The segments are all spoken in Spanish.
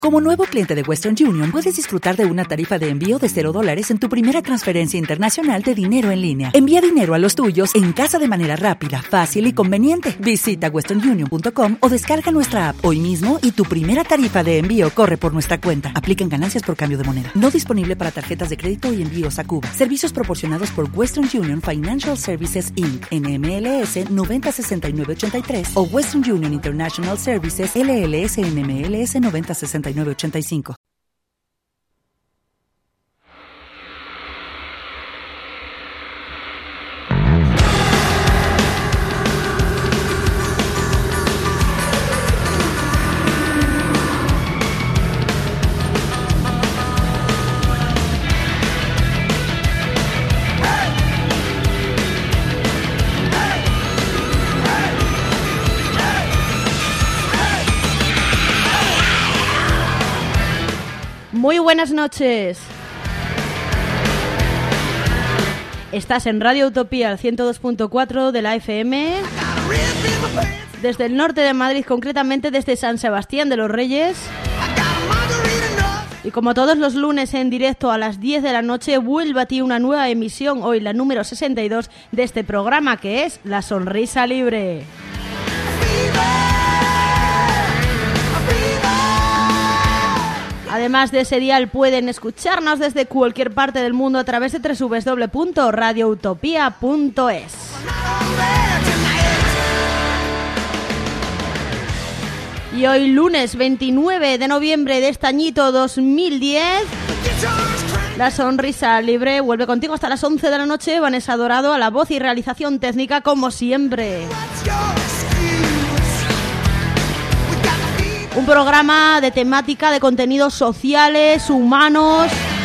Como nuevo cliente de Western Union, puedes disfrutar de una tarifa de envío de $0 en tu primera transferencia internacional de dinero en línea. Envía dinero a los tuyos en casa de manera rápida, fácil y conveniente. Visita westernunion.com o descarga nuestra app hoy mismo y tu primera tarifa de envío corre por nuestra cuenta. Aplican ganancias por cambio de moneda. No disponible para tarjetas de crédito y envíos a Cuba. Servicios proporcionados por Western Union Financial Services Inc. NMLS 906983 o Western Union International Services LLS NMLS 906985. Muy buenas noches. Estás en Radio Utopía, al 102.4 de la FM. Desde el norte de Madrid, concretamente desde San Sebastián de los Reyes. Y como todos los lunes en directo a las 10 de la noche, vuelve a ti una nueva emisión, hoy la número 62 de este programa, que es La Sonrisa Libre. Además de ese dial, pueden escucharnos desde cualquier parte del mundo a través de www.radioutopia.es. Y hoy, lunes 29 de noviembre de este añito 2010, La Sonrisa Libre vuelve contigo hasta las 11 de la noche. Vanessa Dorado a la voz y realización técnica, como siempre. Un programa de temática, de contenidos sociales, humanos.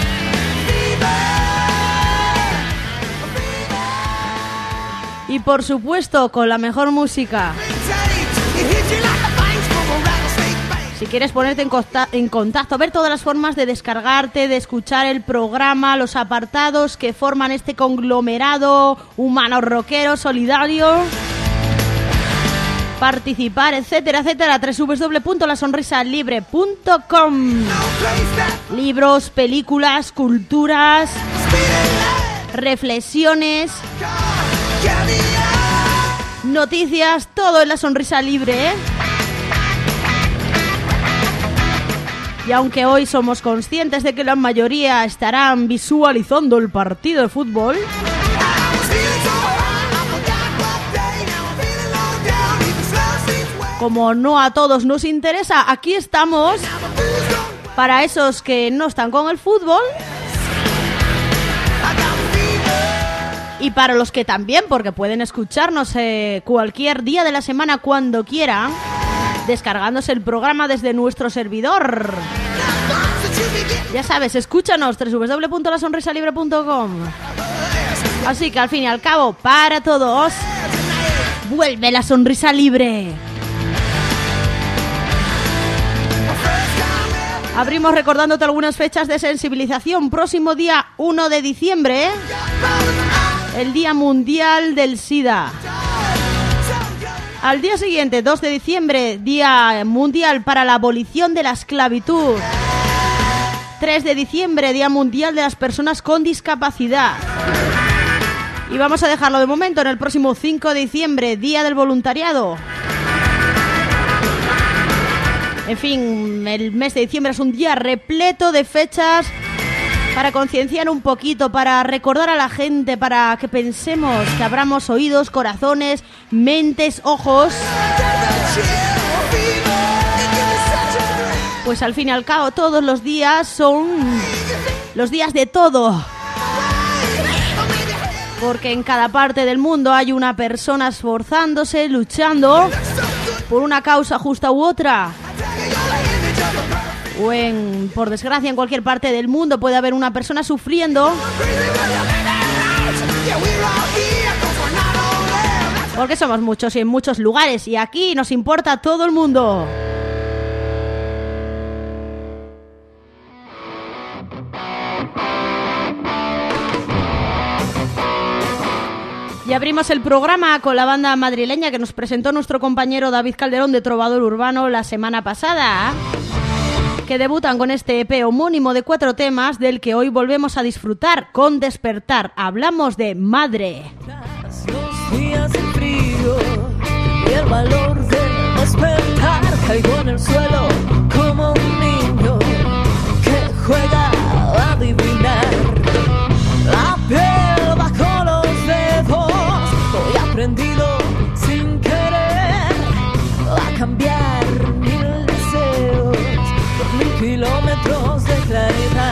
Y por supuesto, con la mejor música. Si quieres ponerte en contacto, ver todas las formas de descargarte, de escuchar el programa, los apartados que forman este conglomerado humano, rockero, solidario. Participar, etcétera, etcétera, www.lasonrisalibre.com. Libros, películas, culturas, reflexiones, noticias, todo en La Sonrisa Libre, ¿eh? Y aunque hoy somos conscientes de que la mayoría estarán visualizando el partido de fútbol, como no a todos nos interesa, aquí estamos para esos que no están con el fútbol y para los que también, porque pueden escucharnos cualquier día de la semana cuando quieran, descargándose el programa desde nuestro servidor. Ya sabes, escúchanos, www.lasonrisalibre.com. Así que al fin y al cabo, para todos, vuelve La Sonrisa Libre. Abrimos recordándote algunas fechas de sensibilización. Próximo día 1 de diciembre, el Día Mundial del SIDA. Al día siguiente, 2 de diciembre, Día Mundial para la Abolición de la Esclavitud. 3 de diciembre, Día Mundial de las Personas con Discapacidad. Y vamos a dejarlo de momento en el próximo 5 de diciembre, Día del Voluntariado. En fin, el mes de diciembre es un día repleto de fechas para concienciar un poquito, para recordar a la gente, para que pensemos, que abramos oídos, corazones, mentes, ojos. Pues al fin y al cabo todos los días son los días de todo. Porque en cada parte del mundo hay una persona esforzándose, luchando por una causa justa u otra. O por desgracia, en cualquier parte del mundo puede haber una persona sufriendo. Porque somos muchos y en muchos lugares. Y aquí nos importa a todo el mundo. Y abrimos el programa con la banda madrileña que nos presentó nuestro compañero David Calderón de Trovador Urbano la semana pasada. que debutan con este EP homónimo de 4 temas del que hoy volvemos a disfrutar con Despertar. Hablamos de Madre. Los días de frío y el valor de despertar, caigo en el suelo como un niño que juega a adivinar. La piel bajo los dedos, hoy aprendido sin querer a cambiar 1000 deseos por 1000 kilómetros de claridad.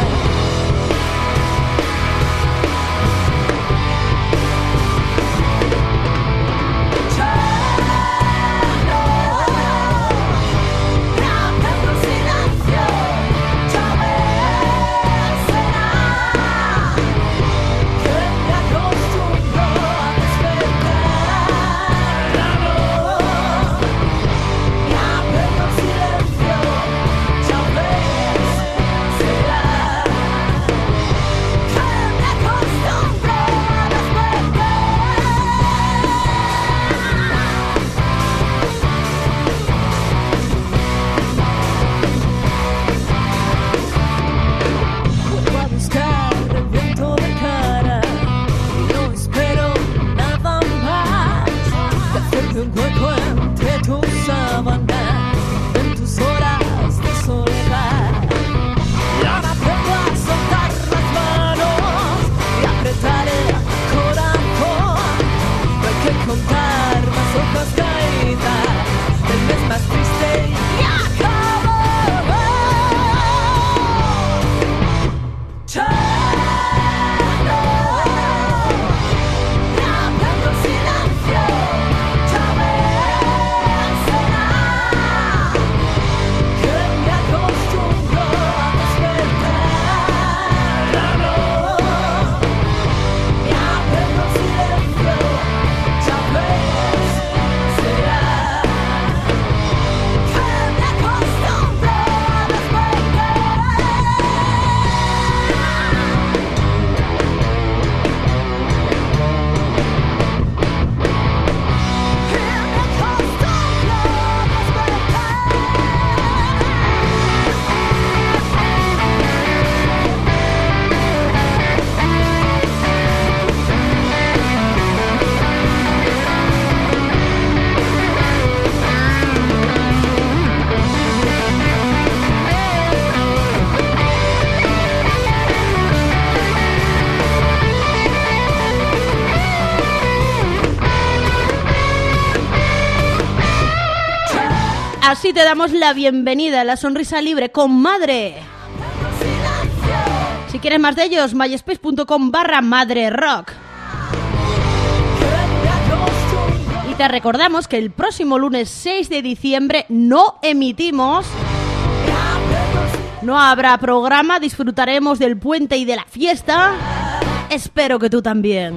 Así te damos la bienvenida a La Sonrisa Libre con Madre. Si quieres más de ellos, myspace.com/madrerock. Y te recordamos que el próximo lunes 6 de diciembre no emitimos, no habrá programa, disfrutaremos del puente y de la fiesta. Espero que tú también.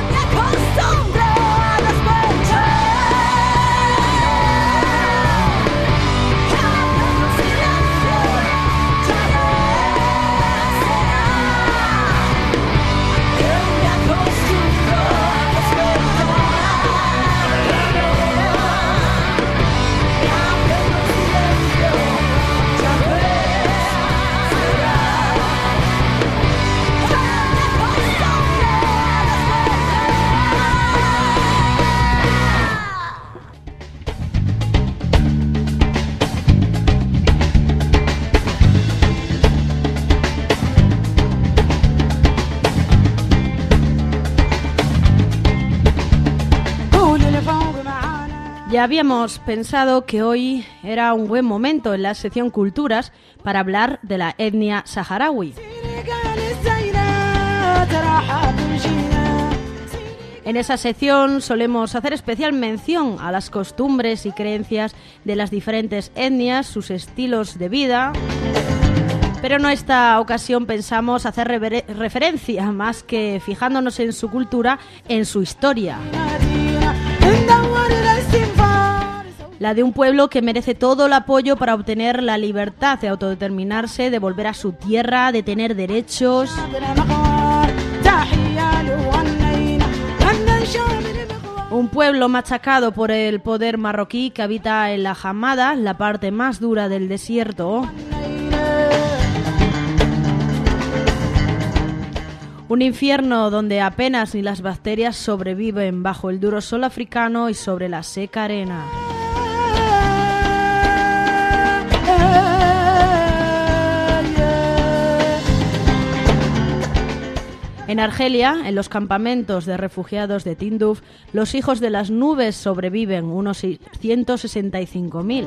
Ya habíamos pensado que hoy era un buen momento en la sección Culturas para hablar de la etnia saharaui. En esa sección solemos hacer especial mención a las costumbres y creencias de las diferentes etnias, sus estilos de vida, pero en esta ocasión pensamos hacer referencia más que fijándonos en su cultura, en su historia. La de un pueblo que merece todo el apoyo para obtener la libertad de autodeterminarse, de volver a su tierra, de tener derechos. Un pueblo machacado por el poder marroquí que habita en la Hamada, la parte más dura del desierto. Un infierno donde apenas ni las bacterias sobreviven bajo el duro sol africano y sobre la seca arena. En Argelia, en los campamentos de refugiados de Tinduf, los hijos de las nubes sobreviven, unos 165.000.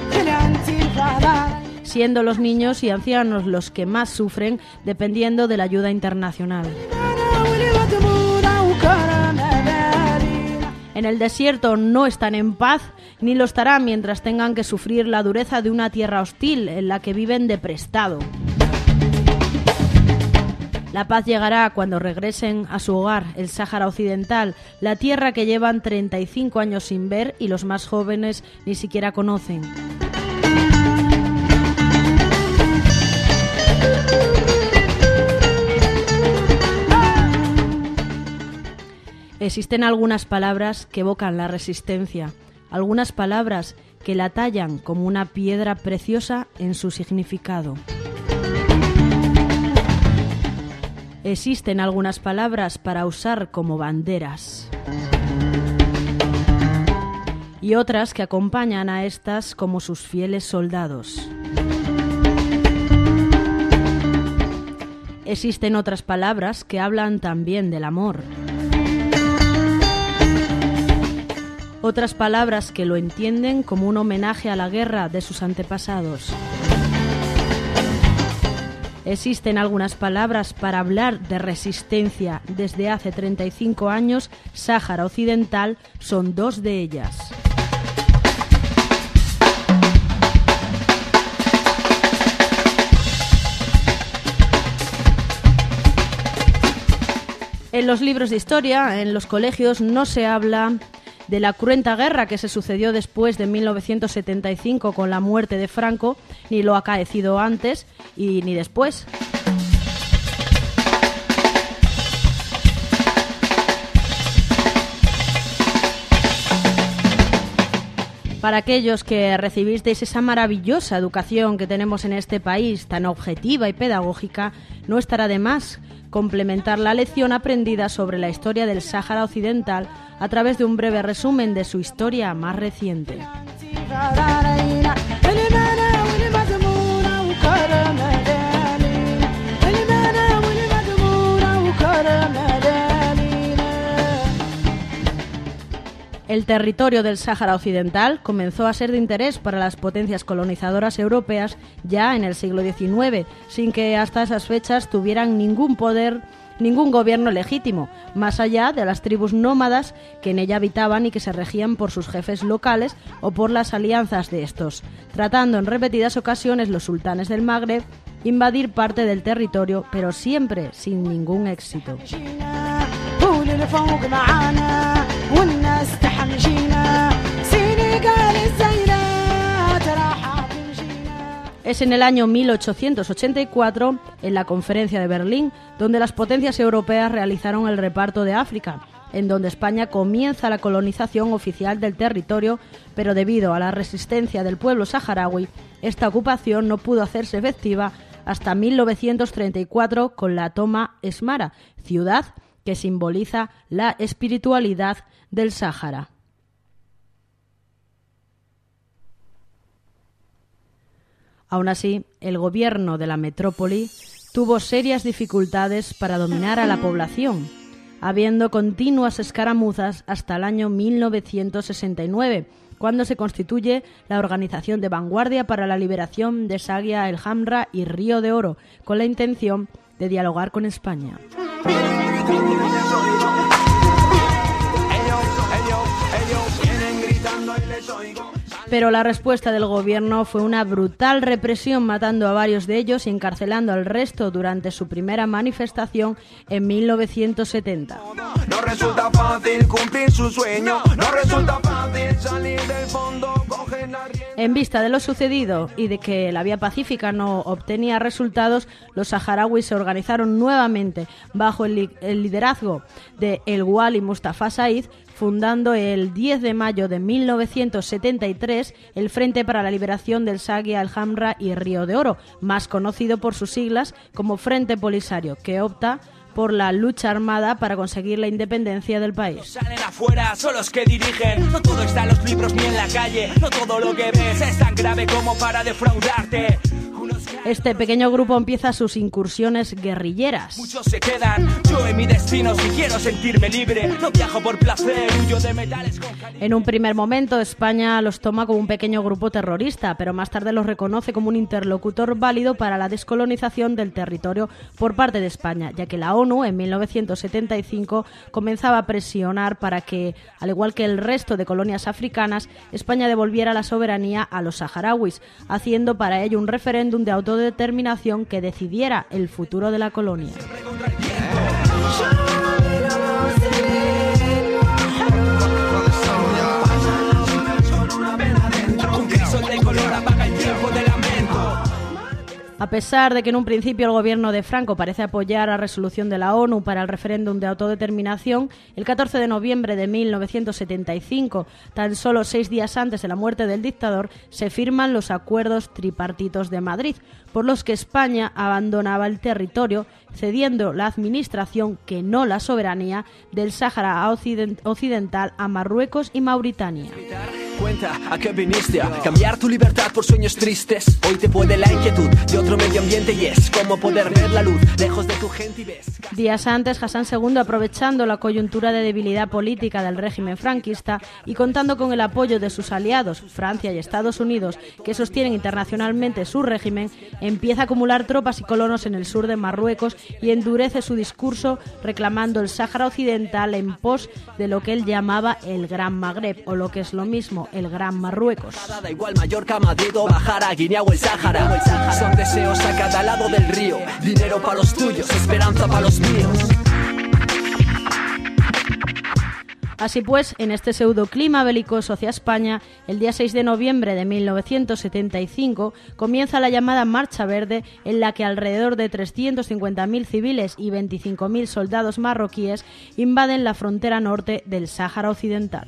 Siendo los niños y ancianos los que más sufren, dependiendo de la ayuda internacional. En el desierto no están en paz, ni lo estarán mientras tengan que sufrir la dureza de una tierra hostil en la que viven de prestado. La paz llegará cuando regresen a su hogar, el Sáhara Occidental, la tierra que llevan 35 años sin ver y los más jóvenes ni siquiera conocen. Existen algunas palabras que evocan la resistencia, algunas palabras que la tallan como una piedra preciosa en su significado. Existen algunas palabras para usar como banderas y otras que acompañan a estas como sus fieles soldados. Existen otras palabras que hablan también del amor. Otras palabras que lo entienden como un homenaje a la guerra de sus antepasados. Existen algunas palabras para hablar de resistencia. Desde hace 35 años, Sáhara Occidental son dos de ellas. En los libros de historia, en los colegios, no se habla de la cruenta guerra que se sucedió después de 1975 con la muerte de Franco, ni lo acaecido antes y ni después. Para aquellos que recibisteis esa maravillosa educación que tenemos en este país, tan objetiva y pedagógica, no estará de más complementar la lección aprendida sobre la historia del Sáhara Occidental a través de un breve resumen de su historia más reciente. El territorio del Sáhara Occidental comenzó a ser de interés para las potencias colonizadoras europeas ya en el siglo XIX, sin que hasta esas fechas tuvieran ningún poder, ningún gobierno legítimo, más allá de las tribus nómadas que en ella habitaban y que se regían por sus jefes locales o por las alianzas de estos, tratando en repetidas ocasiones los sultanes del Magreb invadir parte del territorio, pero siempre sin ningún éxito. Es en el año 1884, en la Conferencia de Berlín, donde las potencias europeas realizaron el reparto de África, en donde España comienza la colonización oficial del territorio, pero debido a la resistencia del pueblo saharaui, esta ocupación no pudo hacerse efectiva hasta 1934 con la toma Esmara, ciudad que simboliza la espiritualidad del Sáhara. Aún así, el gobierno de la metrópoli tuvo serias dificultades para dominar a la población, habiendo continuas escaramuzas hasta el año 1969, cuando se constituye la Organización de Vanguardia para la Liberación de Sagia el Hamra y Río de Oro, con la intención de dialogar con España. Pero la respuesta del gobierno fue una brutal represión, matando a varios de ellos y encarcelando al resto durante su primera manifestación en 1970. No resulta fácil cumplir su sueño, no resulta fácil salir del fondo. En vista de lo sucedido y de que la vía pacífica no obtenía resultados, los saharauis se organizaron nuevamente bajo el liderazgo de El Wali Mustafa Said, fundando el 10 de mayo de 1973 el Frente para la Liberación del Sagia, el Hamra y Río de Oro, más conocido por sus siglas como Frente Polisario, que opta por la lucha armada para conseguir la independencia del país. Salen afuera, son los que dirigen. No todo está en los libros ni en la calle. No todo lo que ves es tan grave como para defraudarte. Este pequeño grupo empieza sus incursiones guerrilleras. Muchos se quedan, yo en mi destino si quiero sentirme libre. No viajo por placer, huyo de metales con calibre. En un primer momento España los toma como un pequeño grupo terrorista, pero más tarde los reconoce como un interlocutor válido para la descolonización del territorio por parte de España, ya que la ONU en 1975 comenzaba a presionar para que, al igual que el resto de colonias africanas, España devolviera la soberanía a los saharauis, haciendo para ello un referéndum de autodeterminación que decidiera el futuro de la colonia. A pesar de que en un principio el gobierno de Franco parece apoyar la resolución de la ONU para el referéndum de autodeterminación, el 14 de noviembre de 1975, tan solo 6 días antes de la muerte del dictador, se firman los acuerdos tripartitos de Madrid, por los que España abandonaba el territorio, cediendo la administración, que no la soberanía, del Sáhara Occidental a Marruecos y Mauritania. Cuenta a qué viniste, a cambiar tu libertad por sueños tristes. Hoy te puede la inquietud de otro medio ambiente y es como poder ver la luz lejos de tu gente y ves. Días antes, Hassan II, aprovechando la coyuntura de debilidad política del régimen franquista y contando con el apoyo de sus aliados, Francia y Estados Unidos, que sostienen internacionalmente su régimen, empieza a acumular tropas y colonos en el sur de Marruecos y endurece su discurso reclamando el Sáhara Occidental en pos de lo que él llamaba el Gran Magreb, o lo que es lo mismo, el Gran Marruecos. Da igual Mallorca, Madrid o bajar a Guinea o el Sáhara. Son deseos a cada lado del río. Dinero para los tuyos, esperanza para los míos. Así pues, en este pseudoclima belicoso hacia España, el día 6 de noviembre de 1975 comienza la llamada Marcha Verde, en la que alrededor de 350.000 civiles y 25.000 soldados marroquíes invaden la frontera norte del Sáhara Occidental.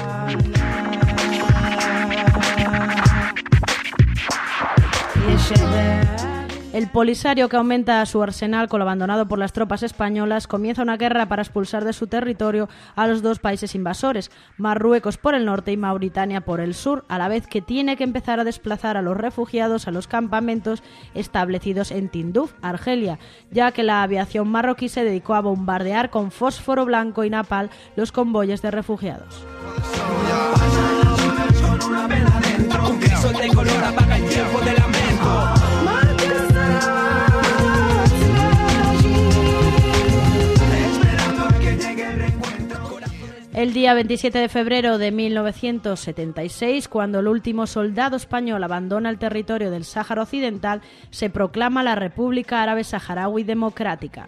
El Polisario, que aumenta su arsenal con lo abandonado por las tropas españolas, comienza una guerra para expulsar de su territorio a los dos países invasores, Marruecos por el norte y Mauritania por el sur, a la vez que tiene que empezar a desplazar a los refugiados a los campamentos establecidos en Tinduf, Argelia, ya que la aviación marroquí se dedicó a bombardear con fósforo blanco y napal los convoyes de refugiados. El día 27 de febrero de 1976, cuando el último soldado español abandona el territorio del Sáhara Occidental, se proclama la República Árabe Saharaui Democrática.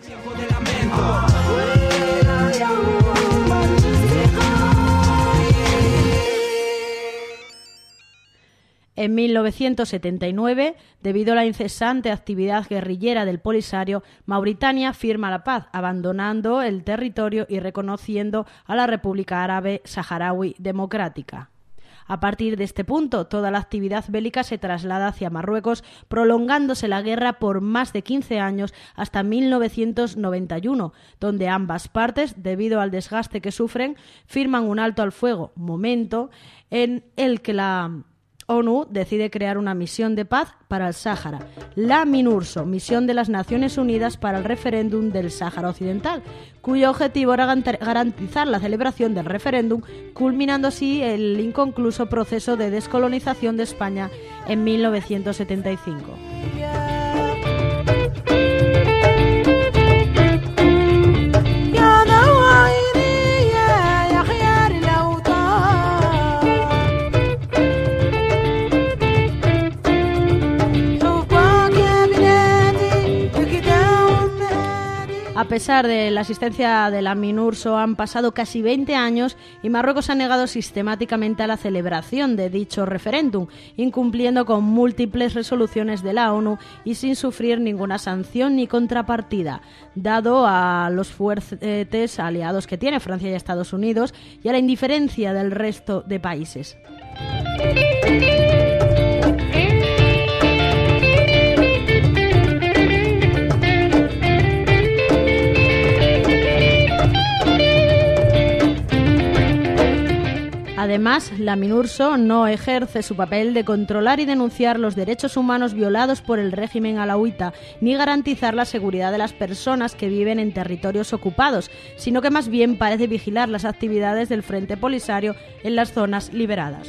En 1979, debido a la incesante actividad guerrillera del Polisario, Mauritania firma la paz, abandonando el territorio y reconociendo a la República Árabe Saharaui Democrática. A partir de este punto, toda la actividad bélica se traslada hacia Marruecos, prolongándose la guerra por más de 15 años hasta 1991, donde ambas partes, debido al desgaste que sufren, firman un alto al fuego, momento en el que la ONU decide crear una misión de paz para el Sáhara, la MINURSO, Misión de las Naciones Unidas para el Referéndum del Sáhara Occidental, cuyo objetivo era garantizar la celebración del referéndum, culminando así el inconcluso proceso de descolonización de España en 1975. A pesar de la asistencia de la MINURSO, han pasado casi 20 años y Marruecos ha negado sistemáticamente a la celebración de dicho referéndum, incumpliendo con múltiples resoluciones de la ONU y sin sufrir ninguna sanción ni contrapartida, dado a los fuertes aliados que tiene Francia y Estados Unidos y a la indiferencia del resto de países. Además, la MINURSO no ejerce su papel de controlar y denunciar los derechos humanos violados por el régimen alauita, ni garantizar la seguridad de las personas que viven en territorios ocupados, sino que más bien parece vigilar las actividades del Frente Polisario en las zonas liberadas.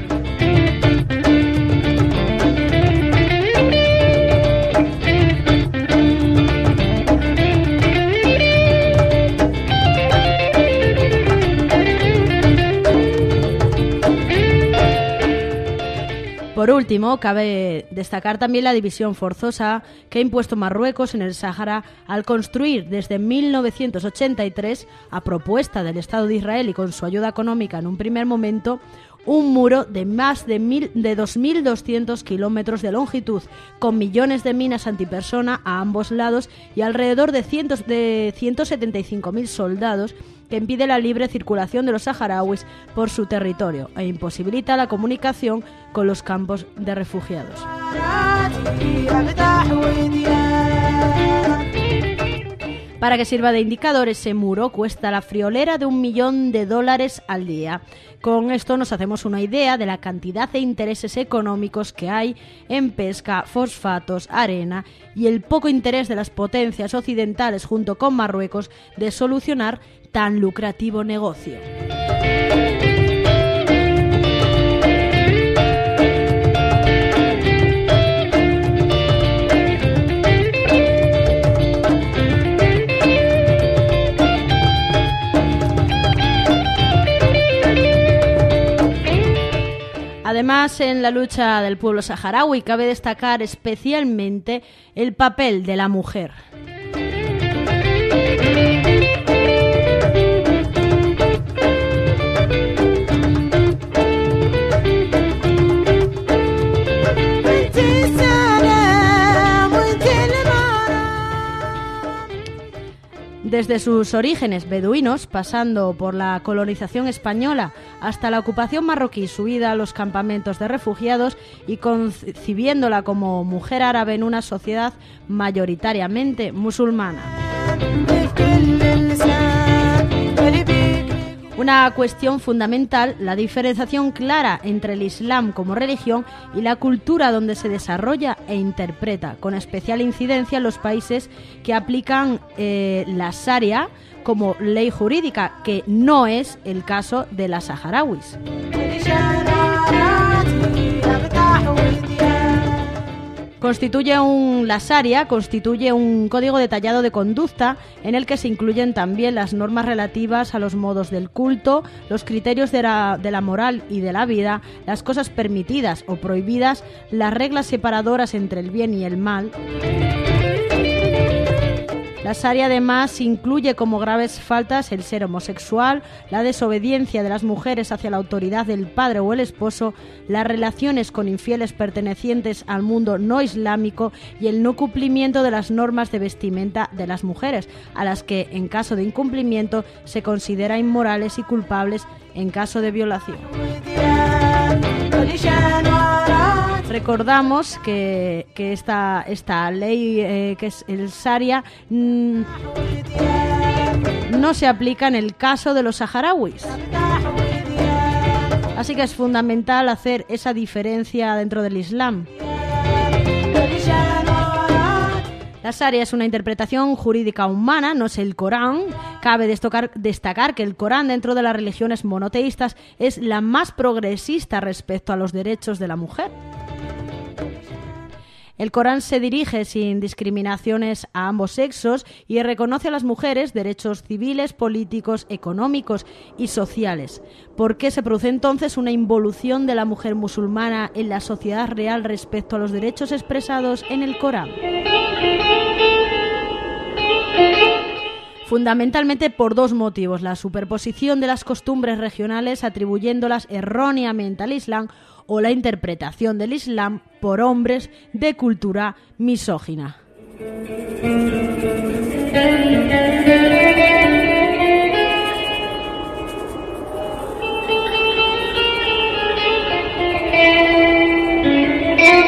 Por último, cabe destacar también la división forzosa que ha impuesto Marruecos en el Sáhara al construir desde 1983, a propuesta del Estado de Israel y con su ayuda económica en un primer momento, un muro de más de 2.200 kilómetros de longitud, con millones de minas antipersona a ambos lados y alrededor de 175.000 soldados, que impide la libre circulación de los saharauis por su territorio e imposibilita la comunicación con los campos de refugiados. Para que sirva de indicador, ese muro cuesta la friolera de $1 millón al día. Con esto nos hacemos una idea de la cantidad de intereses económicos que hay en pesca, fosfatos, arena y el poco interés de las potencias occidentales junto con Marruecos de solucionar tan lucrativo negocio. Además, en la lucha del pueblo saharaui cabe destacar especialmente el papel de la mujer. Desde sus orígenes beduinos, pasando por la colonización española hasta la ocupación marroquí, su ida a los campamentos de refugiados y concibiéndola como mujer árabe en una sociedad mayoritariamente musulmana. Una cuestión fundamental, la diferenciación clara entre el Islam como religión y la cultura donde se desarrolla e interpreta, con especial incidencia en los países que aplican la Sharia como ley jurídica, que no es el caso de las saharauis. La Sharia constituye un código detallado de conducta en el que se incluyen también las normas relativas a los modos del culto, los criterios de la moral y de la vida, las cosas permitidas o prohibidas, las reglas separadoras entre el bien y el mal. La Sharia además incluye como graves faltas el ser homosexual, la desobediencia de las mujeres hacia la autoridad del padre o el esposo, las relaciones con infieles pertenecientes al mundo no islámico y el no cumplimiento de las normas de vestimenta de las mujeres, a las que en caso de incumplimiento se considera inmorales y culpables en caso de violación. Recordamos que esta ley, que es el Sharia, no se aplica en el caso de los saharauis. Así que es fundamental hacer esa diferencia dentro del Islam. La Sharia es una interpretación jurídica humana, no es el Corán. Cabe destacar que el Corán dentro de las religiones monoteístas es la más progresista respecto a los derechos de la mujer. El Corán se dirige sin discriminaciones a ambos sexos y reconoce a las mujeres derechos civiles, políticos, económicos y sociales. ¿Por qué se produce entonces una involución de la mujer musulmana en la sociedad real respecto a los derechos expresados en el Corán? Fundamentalmente por dos motivos: la superposición de las costumbres regionales atribuyéndolas erróneamente al Islam o la interpretación del Islam por hombres de cultura misógina.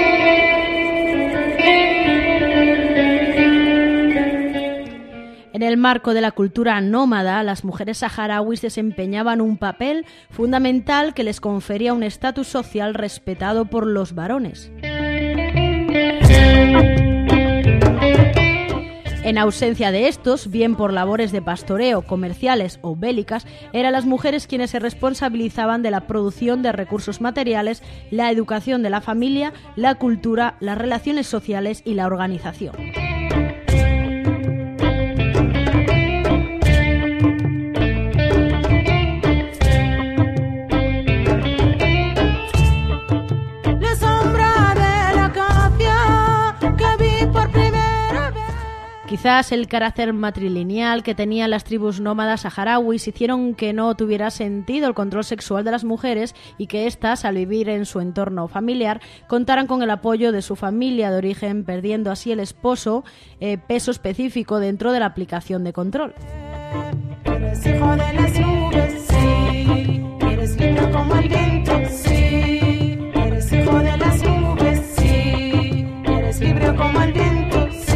En el marco de la cultura nómada, las mujeres saharauis desempeñaban un papel fundamental que les confería un estatus social respetado por los varones. En ausencia de estos, bien por labores de pastoreo, comerciales o bélicas, eran las mujeres quienes se responsabilizaban de la producción de recursos materiales, la educación de la familia, la cultura, las relaciones sociales y la organización. Quizás el carácter matrilineal que tenían las tribus nómadas saharauis hicieron que no tuviera sentido el control sexual de las mujeres y que éstas, al vivir en su entorno familiar, contaran con el apoyo de su familia de origen, perdiendo así el esposo peso específico dentro de la aplicación de control. Eres hijo de las nubes, sí. Eres libre como el viento, sí. Eres hijo de las nubes, sí. Eres libre como el viento, sí.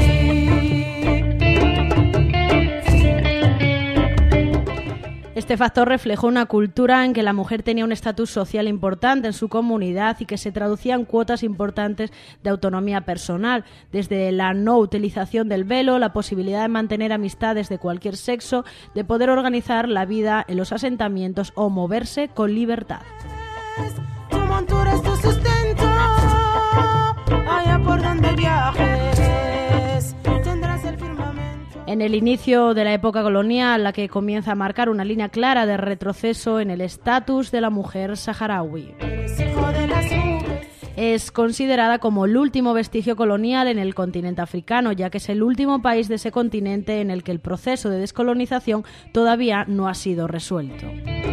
Este factor reflejó una cultura en que la mujer tenía un estatus social importante en su comunidad y que se traducía en cuotas importantes de autonomía personal, desde la no utilización del velo, la posibilidad de mantener amistades de cualquier sexo, de poder organizar la vida en los asentamientos o moverse con libertad. Tu montura es tu sustento, allá por donde viajes, tendrás el firmamento. En el inicio de la época colonial, la que comienza a marcar una línea clara de retroceso en el estatus de la mujer saharaui. Eres hijo de las nubes. Es considerada como el último vestigio colonial en el continente africano, ya que es el último país de ese continente en el que el proceso de descolonización todavía no ha sido resuelto.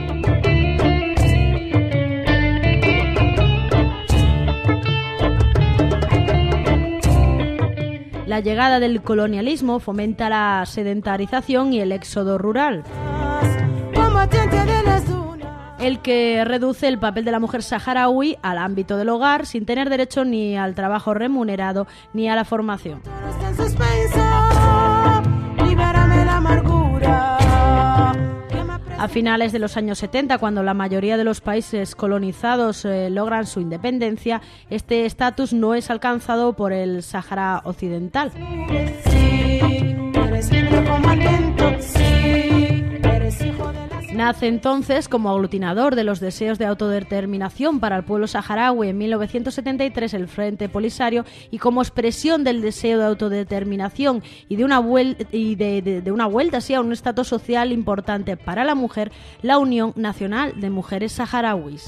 La llegada del colonialismo fomenta la sedentarización y el éxodo rural, Combatiente de las dunas. el que reduce el papel de la mujer saharaui al ámbito del hogar sin tener derecho ni al trabajo remunerado ni a la formación. Todo está en suspenso, libérame la amargura. A finales de los años 70, cuando la mayoría de los países colonizados logran su independencia, este estatus no es alcanzado por el Sáhara Occidental. Sí, eres libre como el viento, sí, eres hijo de las... Nace entonces como aglutinador de los deseos de autodeterminación para el pueblo saharaui en 1973 el Frente Polisario, y como expresión del deseo de autodeterminación y de una vuelta así a un estatus social importante para la mujer, la Unión Nacional de Mujeres Saharauis.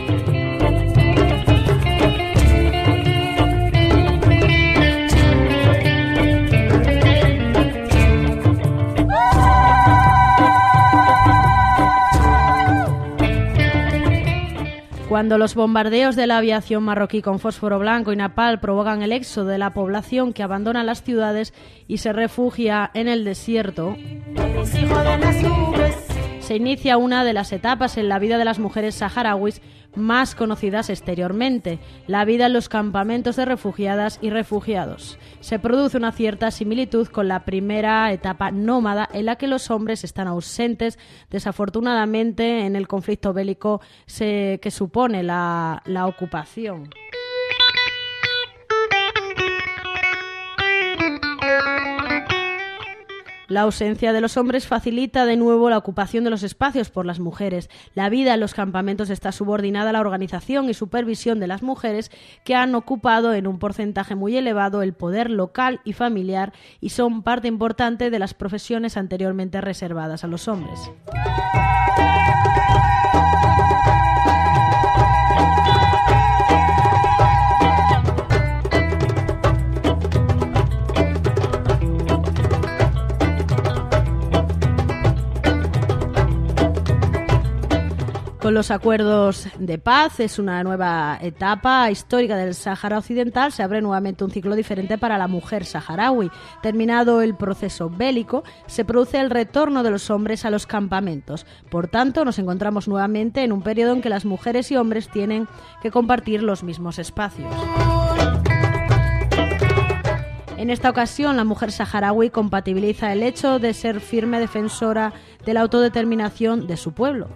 Cuando los bombardeos de la aviación marroquí con fósforo blanco y napalm provocan el éxodo de la población que abandona las ciudades y se refugia en el desierto, Eres hijo de las nubes. se inicia una de las etapas en la vida de las mujeres saharauis más conocidas exteriormente, la vida en los campamentos de refugiadas y refugiados. Se produce una cierta similitud con la primera etapa nómada, en la que los hombres están ausentes, desafortunadamente, en el conflicto bélico que supone la ocupación. La ausencia de los hombres facilita de nuevo la ocupación de los espacios por las mujeres. La vida en los campamentos está subordinada a la organización y supervisión de las mujeres, que han ocupado en un porcentaje muy elevado el poder local y familiar y son parte importante de las profesiones anteriormente reservadas a los hombres. Con los acuerdos de paz, es una nueva etapa histórica del Sáhara Occidental, se abre nuevamente un ciclo diferente para la mujer saharaui. Terminado el proceso bélico, se produce el retorno de los hombres a los campamentos. Por tanto, nos encontramos nuevamente en un periodo en que las mujeres y hombres tienen que compartir los mismos espacios. En esta ocasión, la mujer saharaui compatibiliza el hecho de ser firme defensora de la autodeterminación de su pueblo.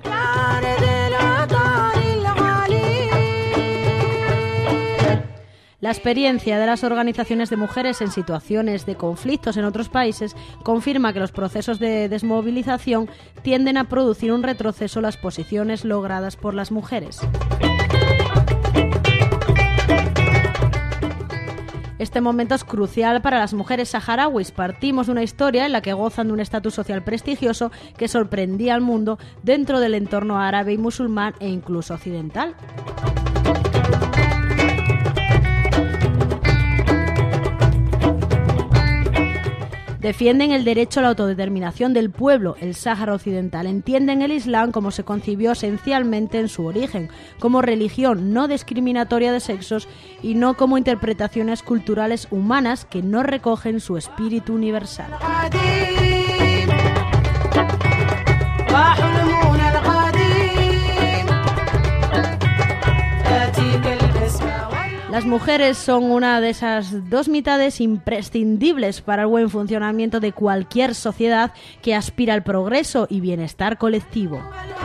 La experiencia de las organizaciones de mujeres en situaciones de conflictos en otros países confirma que los procesos de desmovilización tienden a producir un retroceso en las posiciones logradas por las mujeres. Este momento es crucial para las mujeres saharauis. Partimos de una historia en la que gozan de un estatus social prestigioso que sorprendía al mundo dentro del entorno árabe y musulmán e incluso occidental. Defienden el derecho a la autodeterminación del pueblo, el Sáhara Occidental. Entienden el Islam como se concibió esencialmente en su origen, como religión no discriminatoria de sexos y no como interpretaciones culturales humanas que no recogen su espíritu universal. Las mujeres son una de esas dos mitades imprescindibles para el buen funcionamiento de cualquier sociedad que aspira al progreso y bienestar colectivo.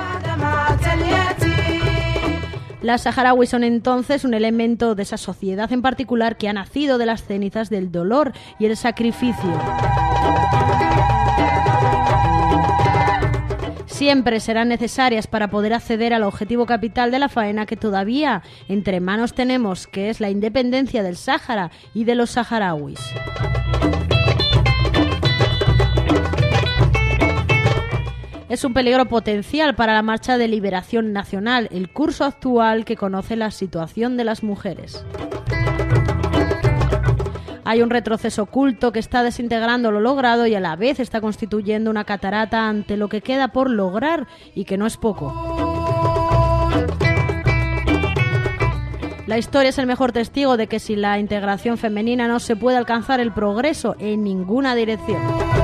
Las saharauis son entonces un elemento de esa sociedad en particular que ha nacido de las cenizas del dolor y el sacrificio. Siempre serán necesarias para poder acceder al objetivo capital de la faena que todavía entre manos tenemos, que es la independencia del Sáhara y de los saharauis. Es un peligro potencial para la marcha de liberación nacional, el curso actual que conoce la situación de las mujeres. Hay un retroceso oculto que está desintegrando lo logrado y a la vez está constituyendo una catarata ante lo que queda por lograr y que no es poco. La historia es el mejor testigo de que sin la integración femenina no se puede alcanzar el progreso en ninguna dirección.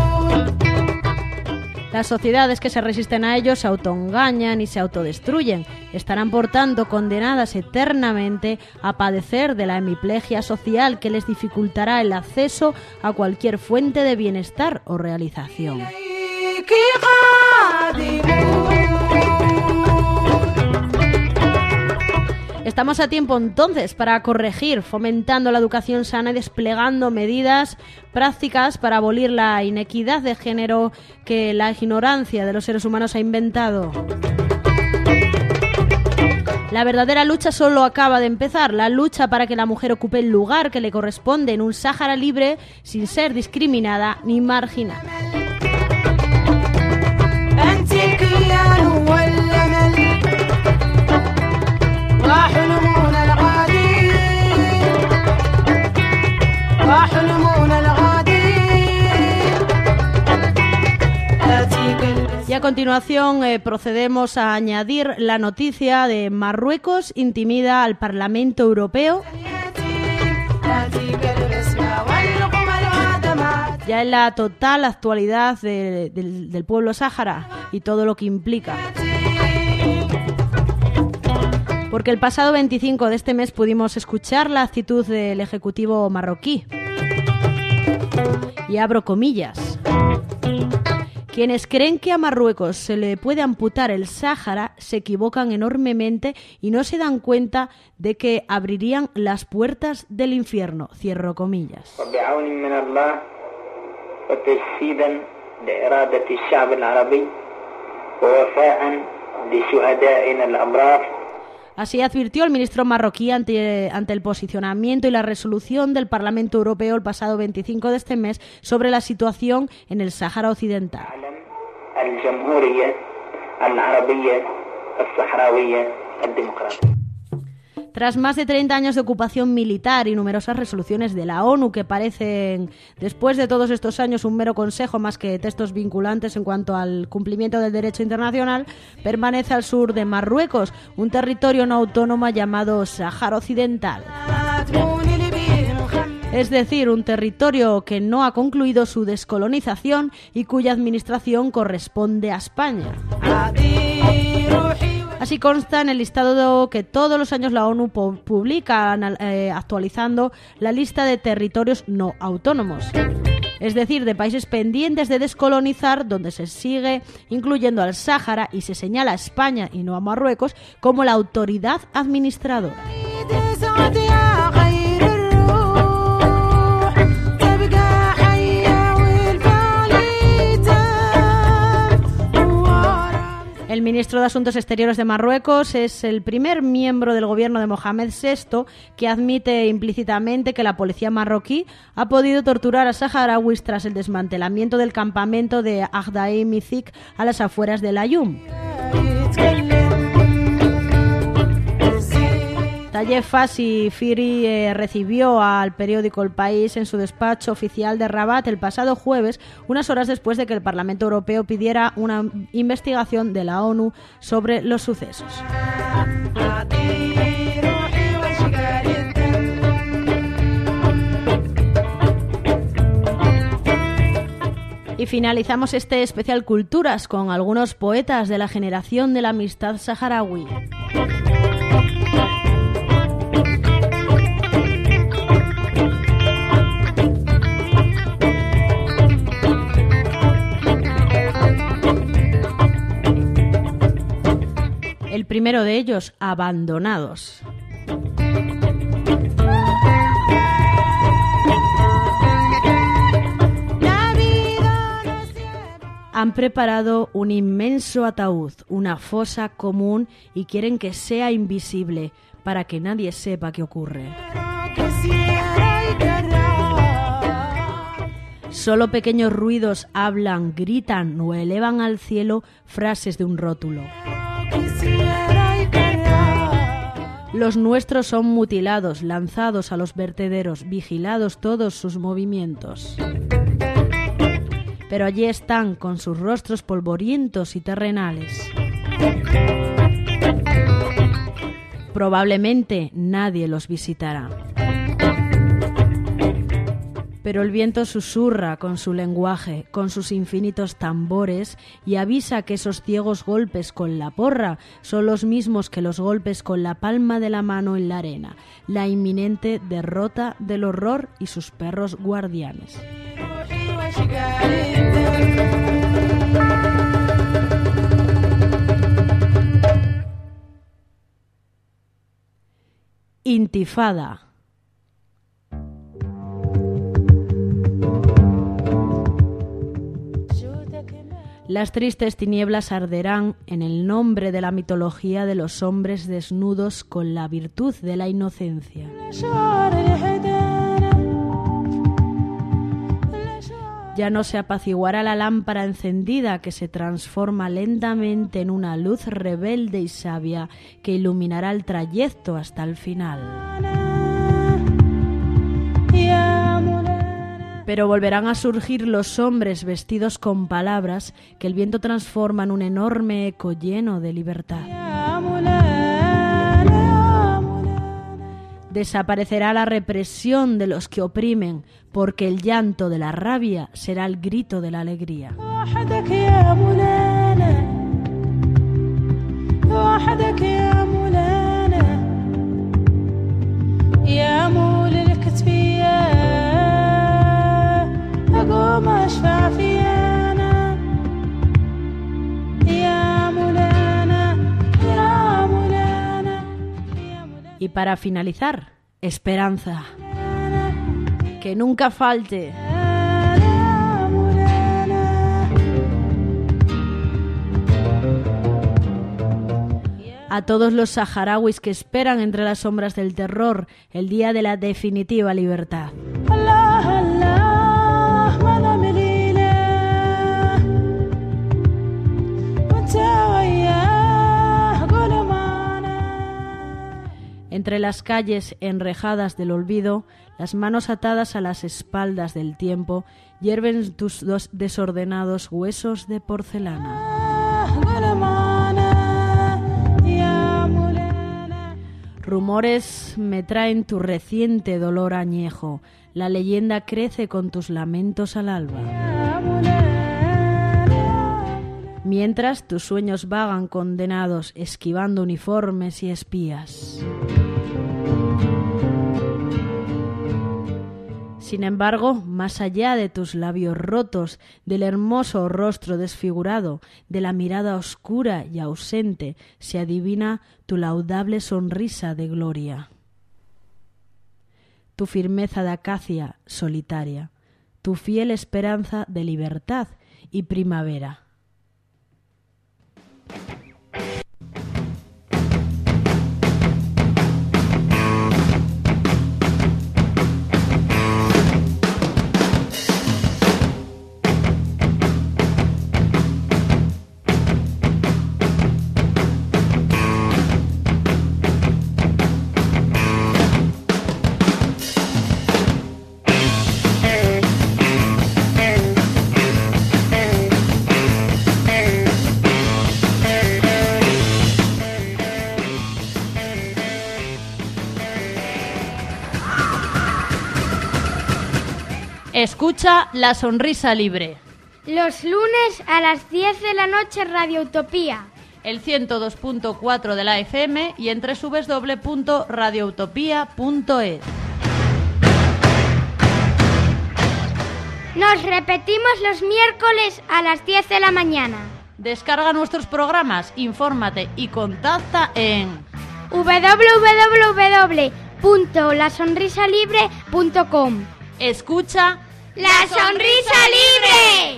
Las sociedades que se resisten a ello se autoengañan y se autodestruyen. Estarán, por tanto, condenadas eternamente a padecer de la hemiplegia social que les dificultará el acceso a cualquier fuente de bienestar o realización. Estamos a tiempo entonces para corregir, fomentando la educación sana y desplegando medidas prácticas para abolir la inequidad de género que la ignorancia de los seres humanos ha inventado. La verdadera lucha solo acaba de empezar, la lucha para que la mujer ocupe el lugar que le corresponde en un Sáhara libre sin ser discriminada ni marginada. Y a continuación procedemos a añadir la noticia de Marruecos intimida al Parlamento Europeo. Ya en la total actualidad del pueblo sáhara y todo lo que implica. Porque el pasado 25 de este mes pudimos escuchar la actitud del Ejecutivo marroquí. Y abro comillas. Quienes creen que a Marruecos se le puede amputar el Sáhara se equivocan enormemente y no se dan cuenta de que abrirían las puertas del infierno. Cierro comillas. Así advirtió el ministro marroquí ante el posicionamiento y la resolución del Parlamento Europeo el pasado 25 de este mes sobre la situación en el Sáhara Occidental. Tras más de 30 años de ocupación militar y numerosas resoluciones de la ONU que parecen, después de todos estos años, un mero consejo más que textos vinculantes en cuanto al cumplimiento del derecho internacional, permanece al sur de Marruecos, un territorio no autónomo llamado Sáhara Occidental. Es decir, un territorio que no ha concluido su descolonización y cuya administración corresponde a España. Así consta en el listado que todos los años la ONU publica, actualizando la lista de territorios no autónomos. Es decir, de países pendientes de descolonizar, donde se sigue incluyendo al Sáhara y se señala a España y no a Marruecos como la autoridad administradora. El ministro de Asuntos Exteriores de Marruecos es el primer miembro del gobierno de Mohamed VI que admite implícitamente que la policía marroquí ha podido torturar a saharauis tras el desmantelamiento del campamento de Agdaï Mizik a las afueras de Layún. Tayeb Fassi Firi recibió al periódico El País en su despacho oficial de Rabat el pasado jueves, unas horas después de que el Parlamento Europeo pidiera una investigación de la ONU sobre los sucesos. Y finalizamos este especial Culturas con algunos poetas de la generación de la amistad saharaui. El primero de ellos, Abandonados. Han preparado un inmenso ataúd, una fosa común, y quieren que sea invisible para que nadie sepa qué ocurre. Solo pequeños ruidos hablan, gritan o elevan al cielo frases de un rótulo. Los nuestros son mutilados, lanzados a los vertederos, vigilados todos sus movimientos. Pero allí están, con sus rostros polvorientos y terrenales. Probablemente nadie los visitará. Pero el viento susurra con su lenguaje, con sus infinitos tambores, y avisa que esos ciegos golpes con la porra son los mismos que los golpes con la palma de la mano en la arena, la inminente derrota del horror y sus perros guardianes. Intifada. Las tristes tinieblas arderán en el nombre de la mitología de los hombres desnudos con la virtud de la inocencia. Ya no se apaciguará la lámpara encendida que se transforma lentamente en una luz rebelde y sabia que iluminará el trayecto hasta el final. Pero volverán a surgir los hombres vestidos con palabras que el viento transforma en un enorme eco lleno de libertad. Desaparecerá la represión de los que oprimen, porque el llanto de la rabia será el grito de la alegría. Y para finalizar, esperanza. Que nunca falte. A todos los saharauis que esperan entre las sombras del terror el día de la definitiva libertad. Entre las calles enrejadas del olvido, las manos atadas a las espaldas del tiempo, hierven tus dos desordenados huesos de porcelana. Rumores me traen tu reciente dolor añejo, la leyenda crece con tus lamentos al alba. mientras tus sueños vagan condenados, esquivando uniformes y espías. Sin embargo, más allá de tus labios rotos, del hermoso rostro desfigurado, de la mirada oscura y ausente, se adivina tu laudable sonrisa de gloria. Tu firmeza de acacia solitaria, tu fiel esperanza de libertad y primavera. Escucha La Sonrisa Libre. Los lunes a las 10 de la noche Radio Utopía. El 102.4 de la FM y en www.radioutopia.es. Nos repetimos los miércoles a las 10 de la mañana. Descarga nuestros programas, infórmate y contacta en www.lasonrisalibre.com. Escucha ¡La Sonrisa Libre!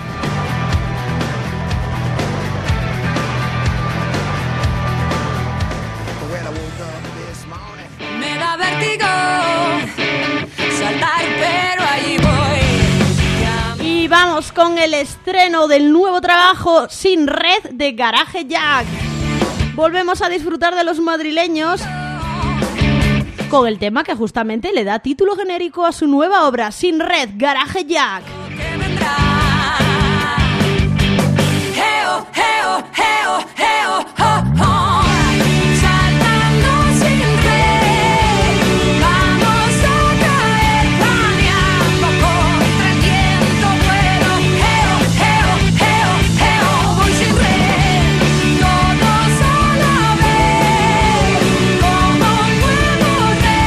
Me da vértigo saltar, pero allí voy. Y vamos con el estreno del nuevo trabajo Sin Red de Garage Jack. Volvemos a disfrutar de los madrileños con el tema que justamente le da título genérico a su nueva obra, Sin Red, Garage Jack.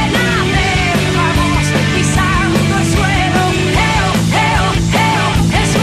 Es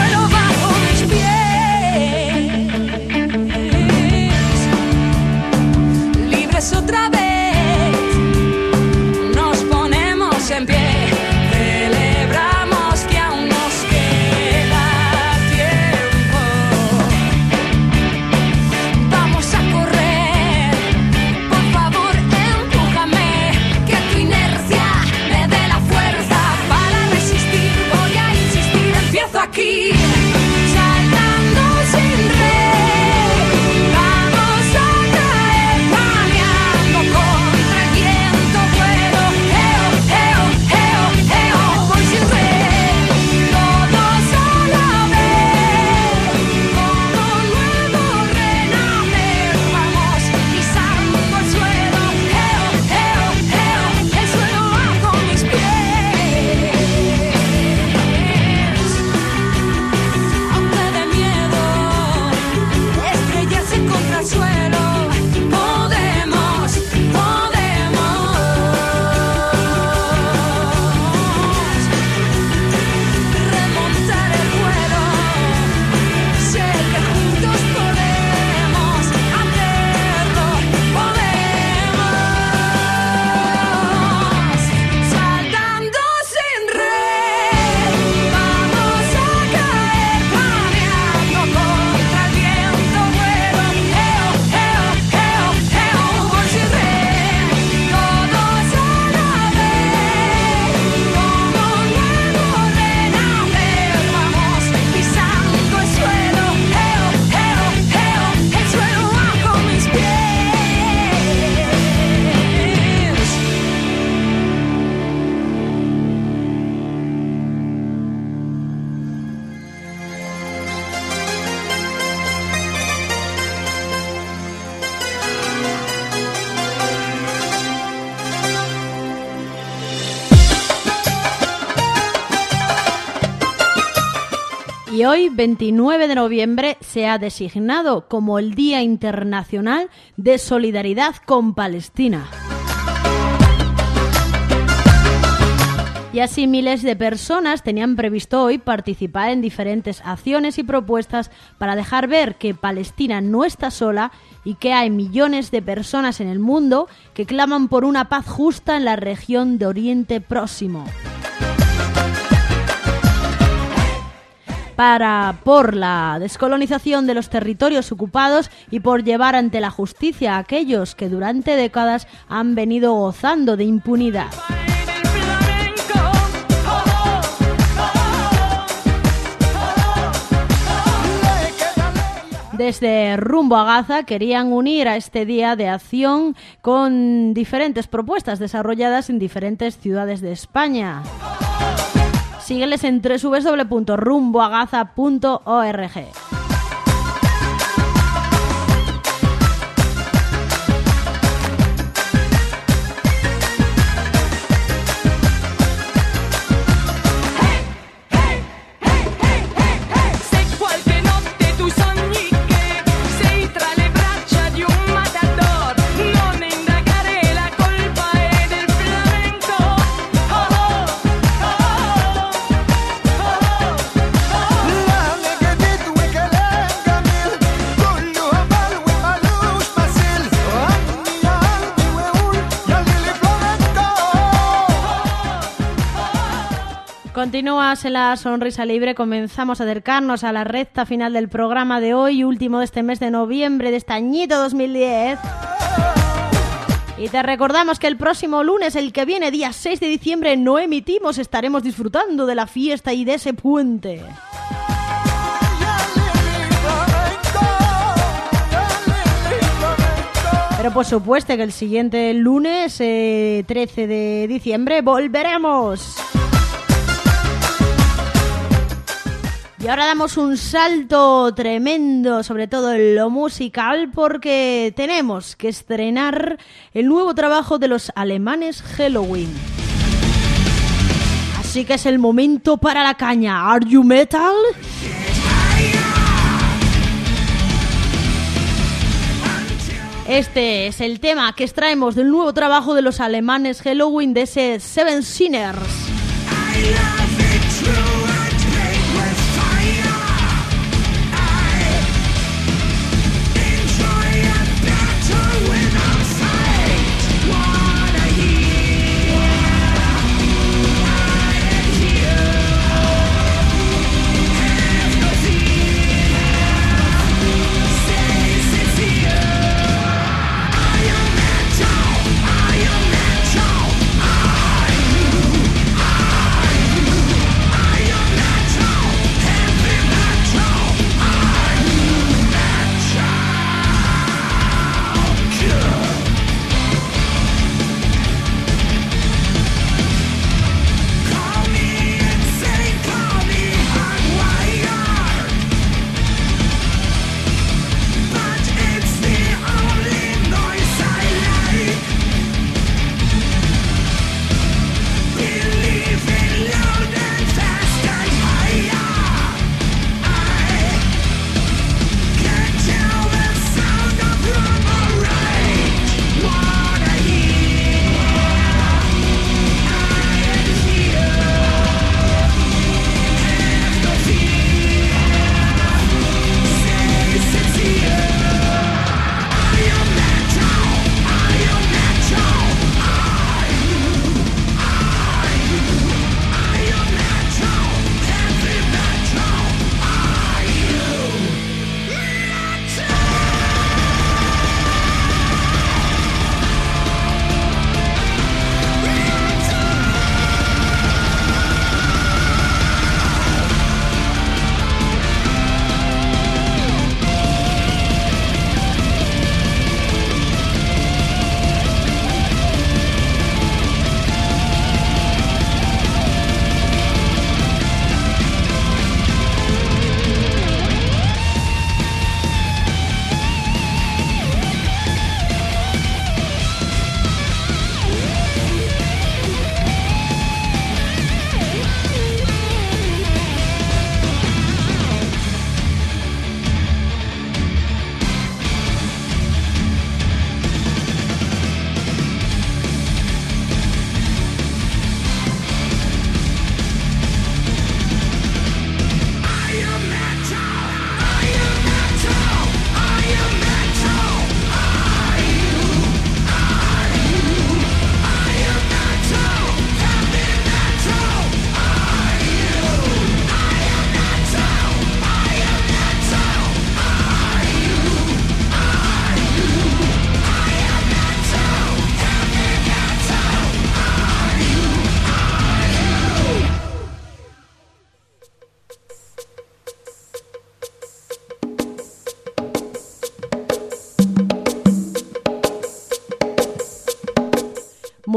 Y hoy, 29 de noviembre, se ha designado como el Día Internacional de Solidaridad con Palestina. Y así miles de personas tenían previsto hoy participar en diferentes acciones y propuestas para dejar ver que Palestina no está sola y que hay millones de personas en el mundo que claman por una paz justa en la región de Oriente Próximo. Por la descolonización de los territorios ocupados y por llevar ante la justicia a aquellos que durante décadas han venido gozando de impunidad. Desde Rumbo a Gaza querían unir a este día de acción con diferentes propuestas desarrolladas en diferentes ciudades de España. Sígueles en www.rumboagaza.org. Continúas en la Sonrisa Libre, comenzamos a acercarnos a la recta final del programa de hoy, último de este mes de noviembre de este añito 2010. Y te recordamos que el próximo lunes, el que viene, día 6 de diciembre, no emitimos, estaremos disfrutando de la fiesta y de ese puente. Pero por supuesto que el siguiente lunes, 13 de diciembre, volveremos. Y ahora damos un salto tremendo, sobre todo en lo musical, porque tenemos que estrenar el nuevo trabajo de los alemanes Helloween. Así que es el momento para la caña. ¿Are you metal? Este es el tema que extraemos del nuevo trabajo de los alemanes Helloween, de ese Seven Sinners. I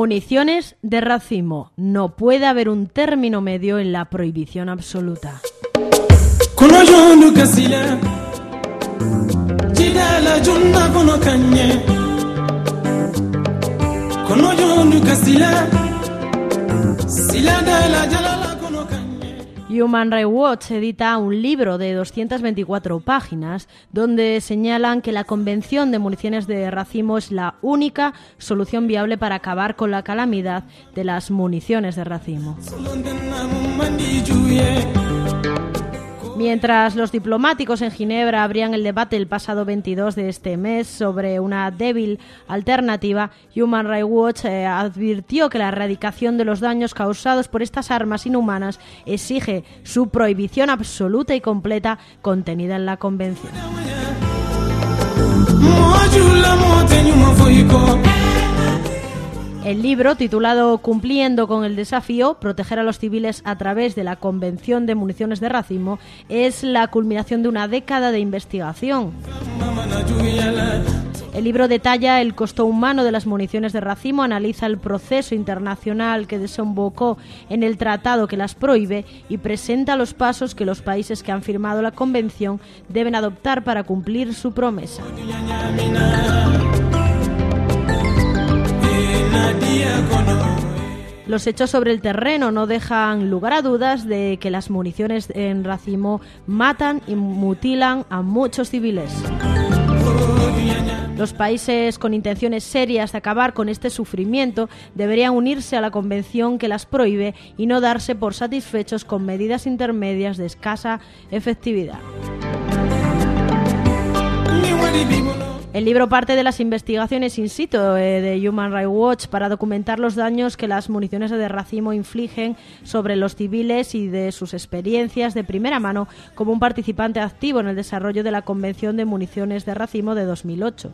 Municiones de racimo. No puede haber un término medio en la prohibición absoluta. Human Rights Watch edita un libro de 224 páginas donde señalan que la Convención de Municiones de Racimo es la única solución viable para acabar con la calamidad de las municiones de racimo. Mientras los diplomáticos en Ginebra abrían el debate el pasado 22 de este mes sobre una débil alternativa, Human Rights Watch advirtió que la erradicación de los daños causados por estas armas inhumanas exige su prohibición absoluta y completa contenida en la Convención. El libro, titulado Cumpliendo con el desafío, proteger a los civiles a través de la Convención de Municiones de Racimo, es la culminación de una década de investigación. El libro detalla el costo humano de las municiones de racimo, analiza el proceso internacional que desembocó en el tratado que las prohíbe y presenta los pasos que los países que han firmado la Convención deben adoptar para cumplir su promesa. Los hechos sobre el terreno no dejan lugar a dudas de que las municiones en racimo matan y mutilan a muchos civiles. Los países con intenciones serias de acabar con este sufrimiento deberían unirse a la convención que las prohíbe y no darse por satisfechos con medidas intermedias de escasa efectividad. El libro parte de las investigaciones in situ de Human Rights Watch para documentar los daños que las municiones de racimo infligen sobre los civiles y de sus experiencias de primera mano como un participante activo en el desarrollo de la Convención de Municiones de Racimo de 2008.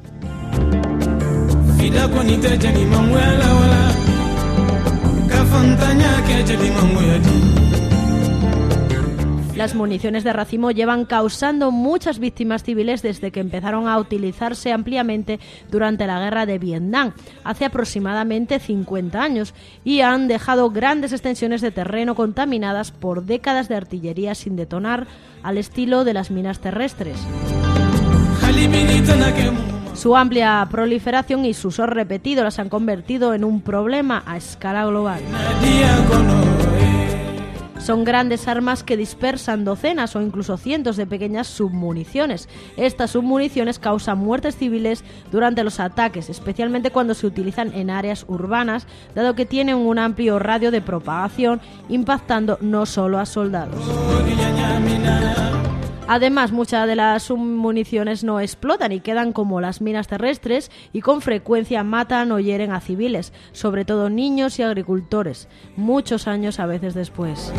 Las municiones de racimo llevan causando muchas víctimas civiles desde que empezaron a utilizarse ampliamente durante la guerra de Vietnam, hace aproximadamente 50 años, y han dejado grandes extensiones de terreno contaminadas por décadas de artillería sin detonar, al estilo de las minas terrestres. Su amplia proliferación y su uso repetido las han convertido en un problema a escala global. Son grandes armas que dispersan docenas o incluso cientos de pequeñas submuniciones. Estas submuniciones causan muertes civiles durante los ataques, especialmente cuando se utilizan en áreas urbanas, dado que tienen un amplio radio de propagación, impactando no solo a soldados. Además, muchas de las submuniciones no explotan y quedan como las minas terrestres y con frecuencia matan o hieren a civiles, sobre todo niños y agricultores, muchos años a veces después.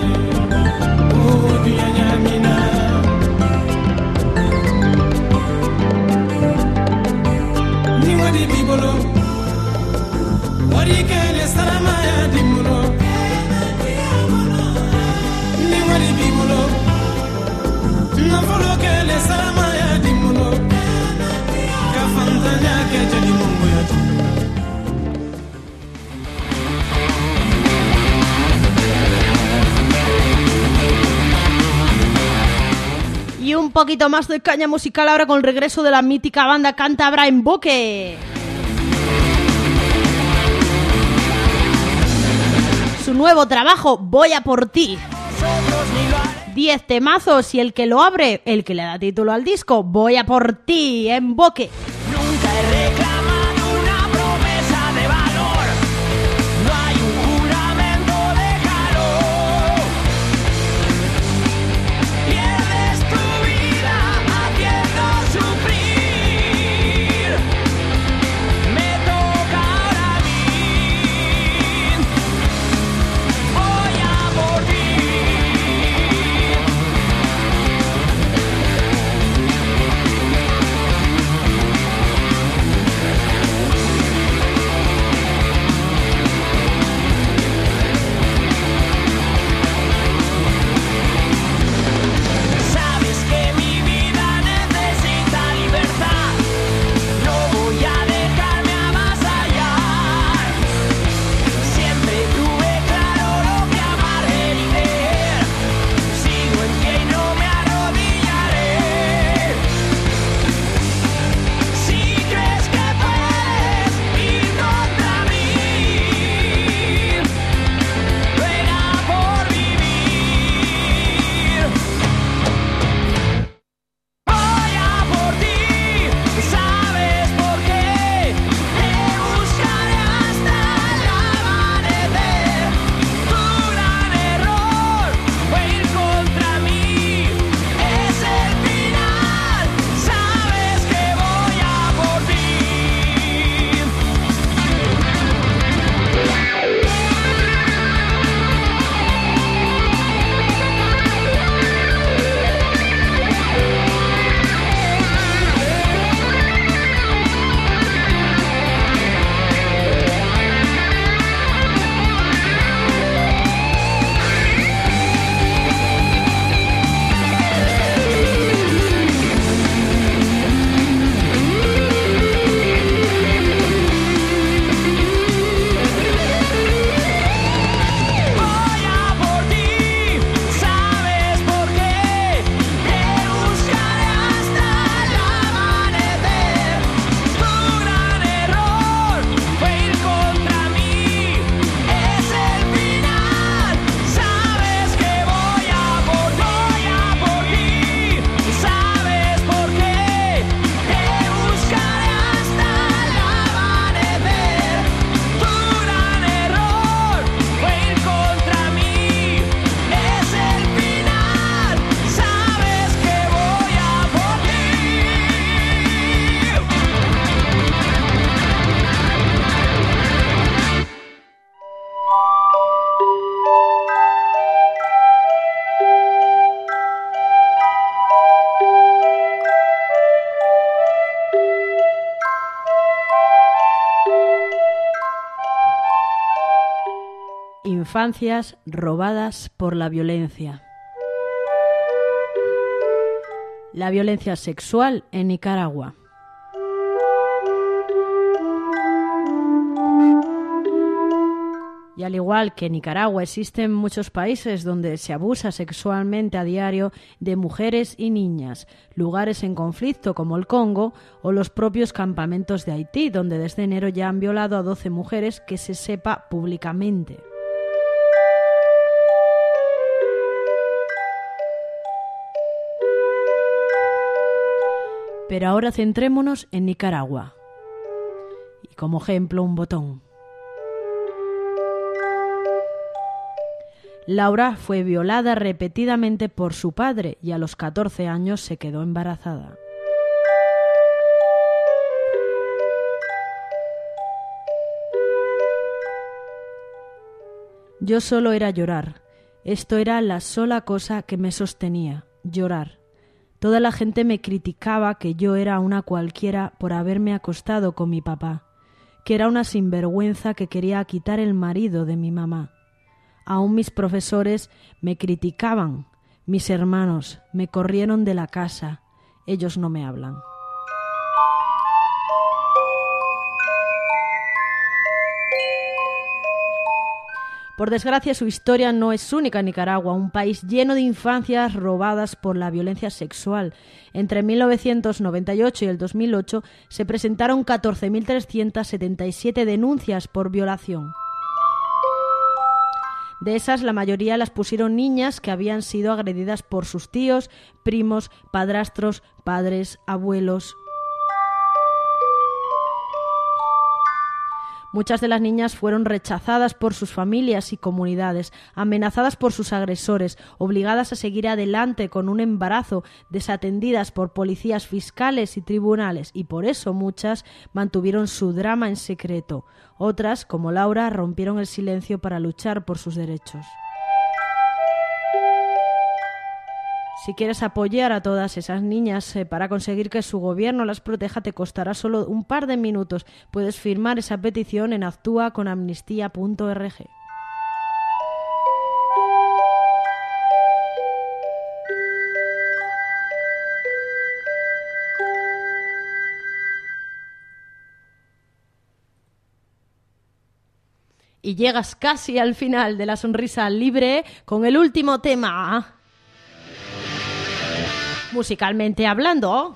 Y un poquito más de caña musical ahora con el regreso de la mítica banda cántabra Emboque. Su nuevo trabajo, Voy a por ti. 10 temazos y el que lo abre, el que le da título al disco, Voy a por ti, Emboque. Nunca he reclamado una promesa de valor. No hay un juramento de calor. Pierdes tu vida haciendo sufrir. Me toca ahora a mí. Voy a por ti. infancias robadas por la violencia. La violencia sexual en Nicaragua. Y al igual que en Nicaragua, existen muchos países donde se abusa sexualmente a diario de mujeres y niñas, lugares en conflicto como el Congo o los propios campamentos de Haití, donde desde enero ya han violado a 12 mujeres que se sepa públicamente. Pero ahora centrémonos en Nicaragua. Y como ejemplo, un botón. Laura fue violada repetidamente por su padre y a los 14 años se quedó embarazada. Yo solo era llorar. Esto era la sola cosa que me sostenía, llorar. Toda la gente me criticaba que yo era una cualquiera por haberme acostado con mi papá, que era una sinvergüenza que quería quitar el marido de mi mamá. Aún mis profesores me criticaban, mis hermanos me corrieron de la casa, ellos no me hablan. Por desgracia, su historia no es única en Nicaragua, un país lleno de infancias robadas por la violencia sexual. Entre 1998 y el 2008 se presentaron 14.377 denuncias por violación. De esas, la mayoría las pusieron niñas que habían sido agredidas por sus tíos, primos, padrastros, padres, abuelos. Muchas de las niñas fueron rechazadas por sus familias y comunidades, amenazadas por sus agresores, obligadas a seguir adelante con un embarazo, desatendidas por policías, fiscales y tribunales, y por eso muchas mantuvieron su drama en secreto. Otras, como Laura, rompieron el silencio para luchar por sus derechos. Si quieres apoyar a todas esas niñas para conseguir que su gobierno las proteja, te costará solo un par de minutos. Puedes firmar esa petición en actuaconamnistía.org. Y llegas casi al final de La Sonrisa Libre con el último tema. Musicalmente hablando,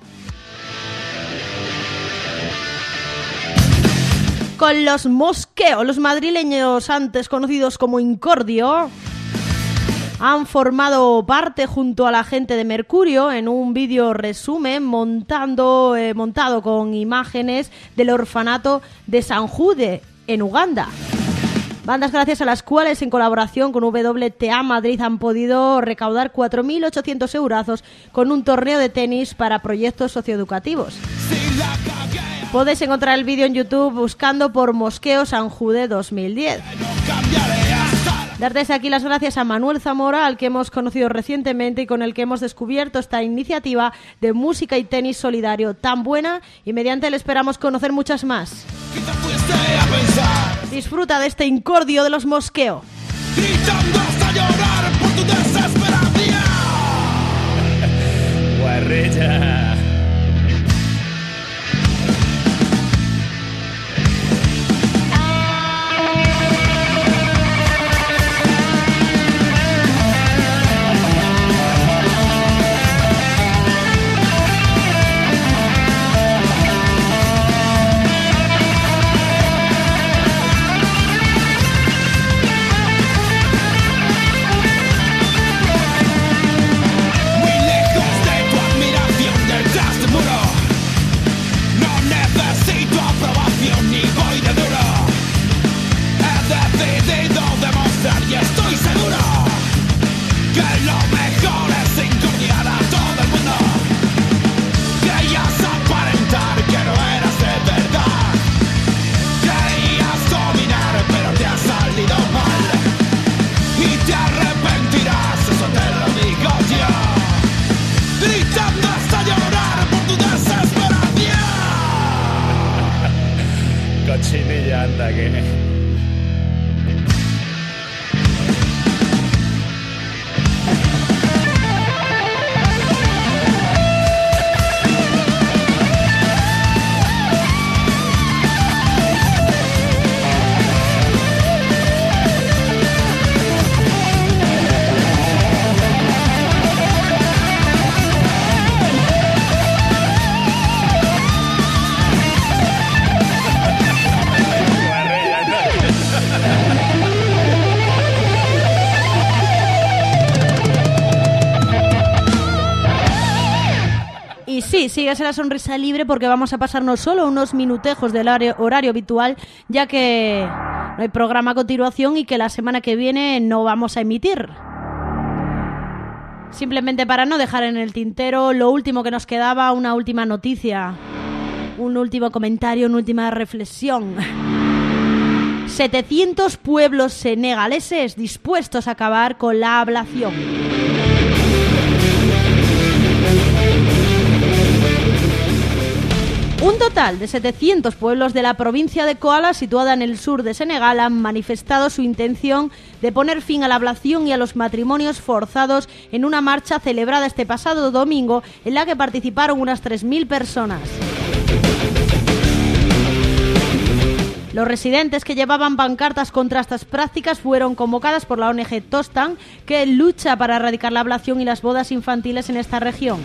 con los Mosqueo, los madrileños antes conocidos como Incordio, han formado parte junto a la gente de Mercurio en un vídeo resumen montado con imágenes del orfanato de San Jude en Uganda. Bandas gracias a las cuales, en colaboración con WTA Madrid, han podido recaudar 4.800 eurazos con un torneo de tenis para proyectos socioeducativos. Podéis encontrar el vídeo en YouTube buscando por Mosqueo San Jude 2010. Dar desde aquí las gracias a Manuel Zamora, al que hemos conocido recientemente y con el que hemos descubierto esta iniciativa de música y tenis solidario tan buena, y mediante él esperamos conocer muchas más. Disfruta de este Incordio de los Mosqueo. Gritando hasta llorar por tu desesperación. Guarrilla. Y estoy seguro que lo mejor es incordiar a todo el mundo. Querías aparentar que no eras de verdad, querías dominar pero te ha salido mal, y te arrepentirás, eso te lo digo yo. Gritando hasta llorar por tu desesperación. Cochinilla, anda que... Y sí, síguese la sonrisa libre porque vamos a pasarnos solo unos minutejos del horario habitual, ya que no hay programa a continuación y que la semana que viene no vamos a emitir. Simplemente para no dejar en el tintero lo último que nos quedaba, una última noticia, un último comentario, una última reflexión. 700 pueblos senegaleses dispuestos a acabar con la ablación. Un total de 700 pueblos de la provincia de Koala, situada en el sur de Senegal, han manifestado su intención de poner fin a la ablación y a los matrimonios forzados en una marcha celebrada este pasado domingo, en la que participaron unas 3.000 personas. Los residentes que llevaban pancartas contra estas prácticas fueron convocadas por la ONG Tostan, que lucha para erradicar la ablación y las bodas infantiles en esta región.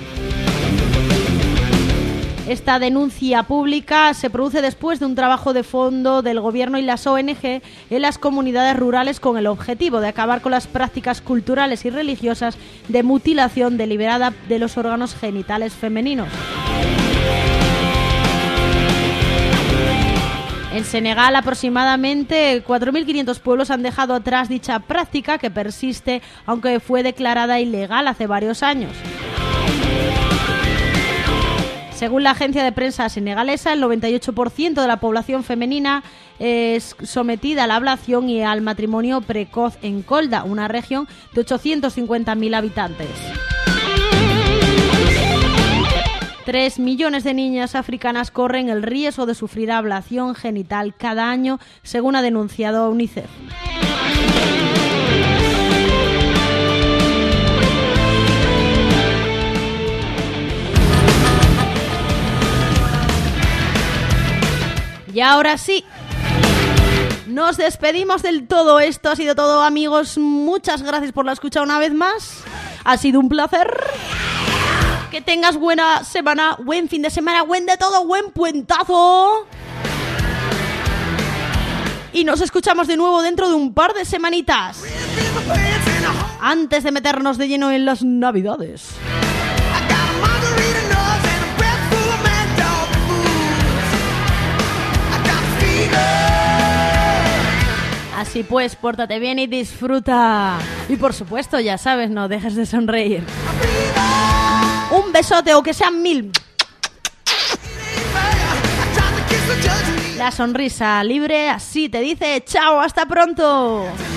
Esta denuncia pública se produce después de un trabajo de fondo del gobierno y las ONG en las comunidades rurales con el objetivo de acabar con las prácticas culturales y religiosas de mutilación deliberada de los órganos genitales femeninos. En Senegal, aproximadamente 4.500 pueblos han dejado atrás dicha práctica que persiste, aunque fue declarada ilegal hace varios años. Según la agencia de prensa senegalesa, el 98% de la población femenina es sometida a la ablación y al matrimonio precoz en Kolda, una región de 850.000 habitantes. 3 millones de niñas africanas corren el riesgo de sufrir ablación genital cada año, según ha denunciado UNICEF. Y ahora sí, nos despedimos del todo. Esto ha sido todo, amigos. Muchas gracias por la escucha una vez más. Ha sido un placer. Que tengas buena semana, buen fin de semana, buen de todo, buen puentazo. Y nos escuchamos de nuevo dentro de un par de semanitas, antes de meternos de lleno en las Navidades. Así pues, pórtate bien y disfruta. Y por supuesto, ya sabes, no dejes de sonreír. Un besote o que sean 1000. La sonrisa libre así te dice chao, hasta pronto.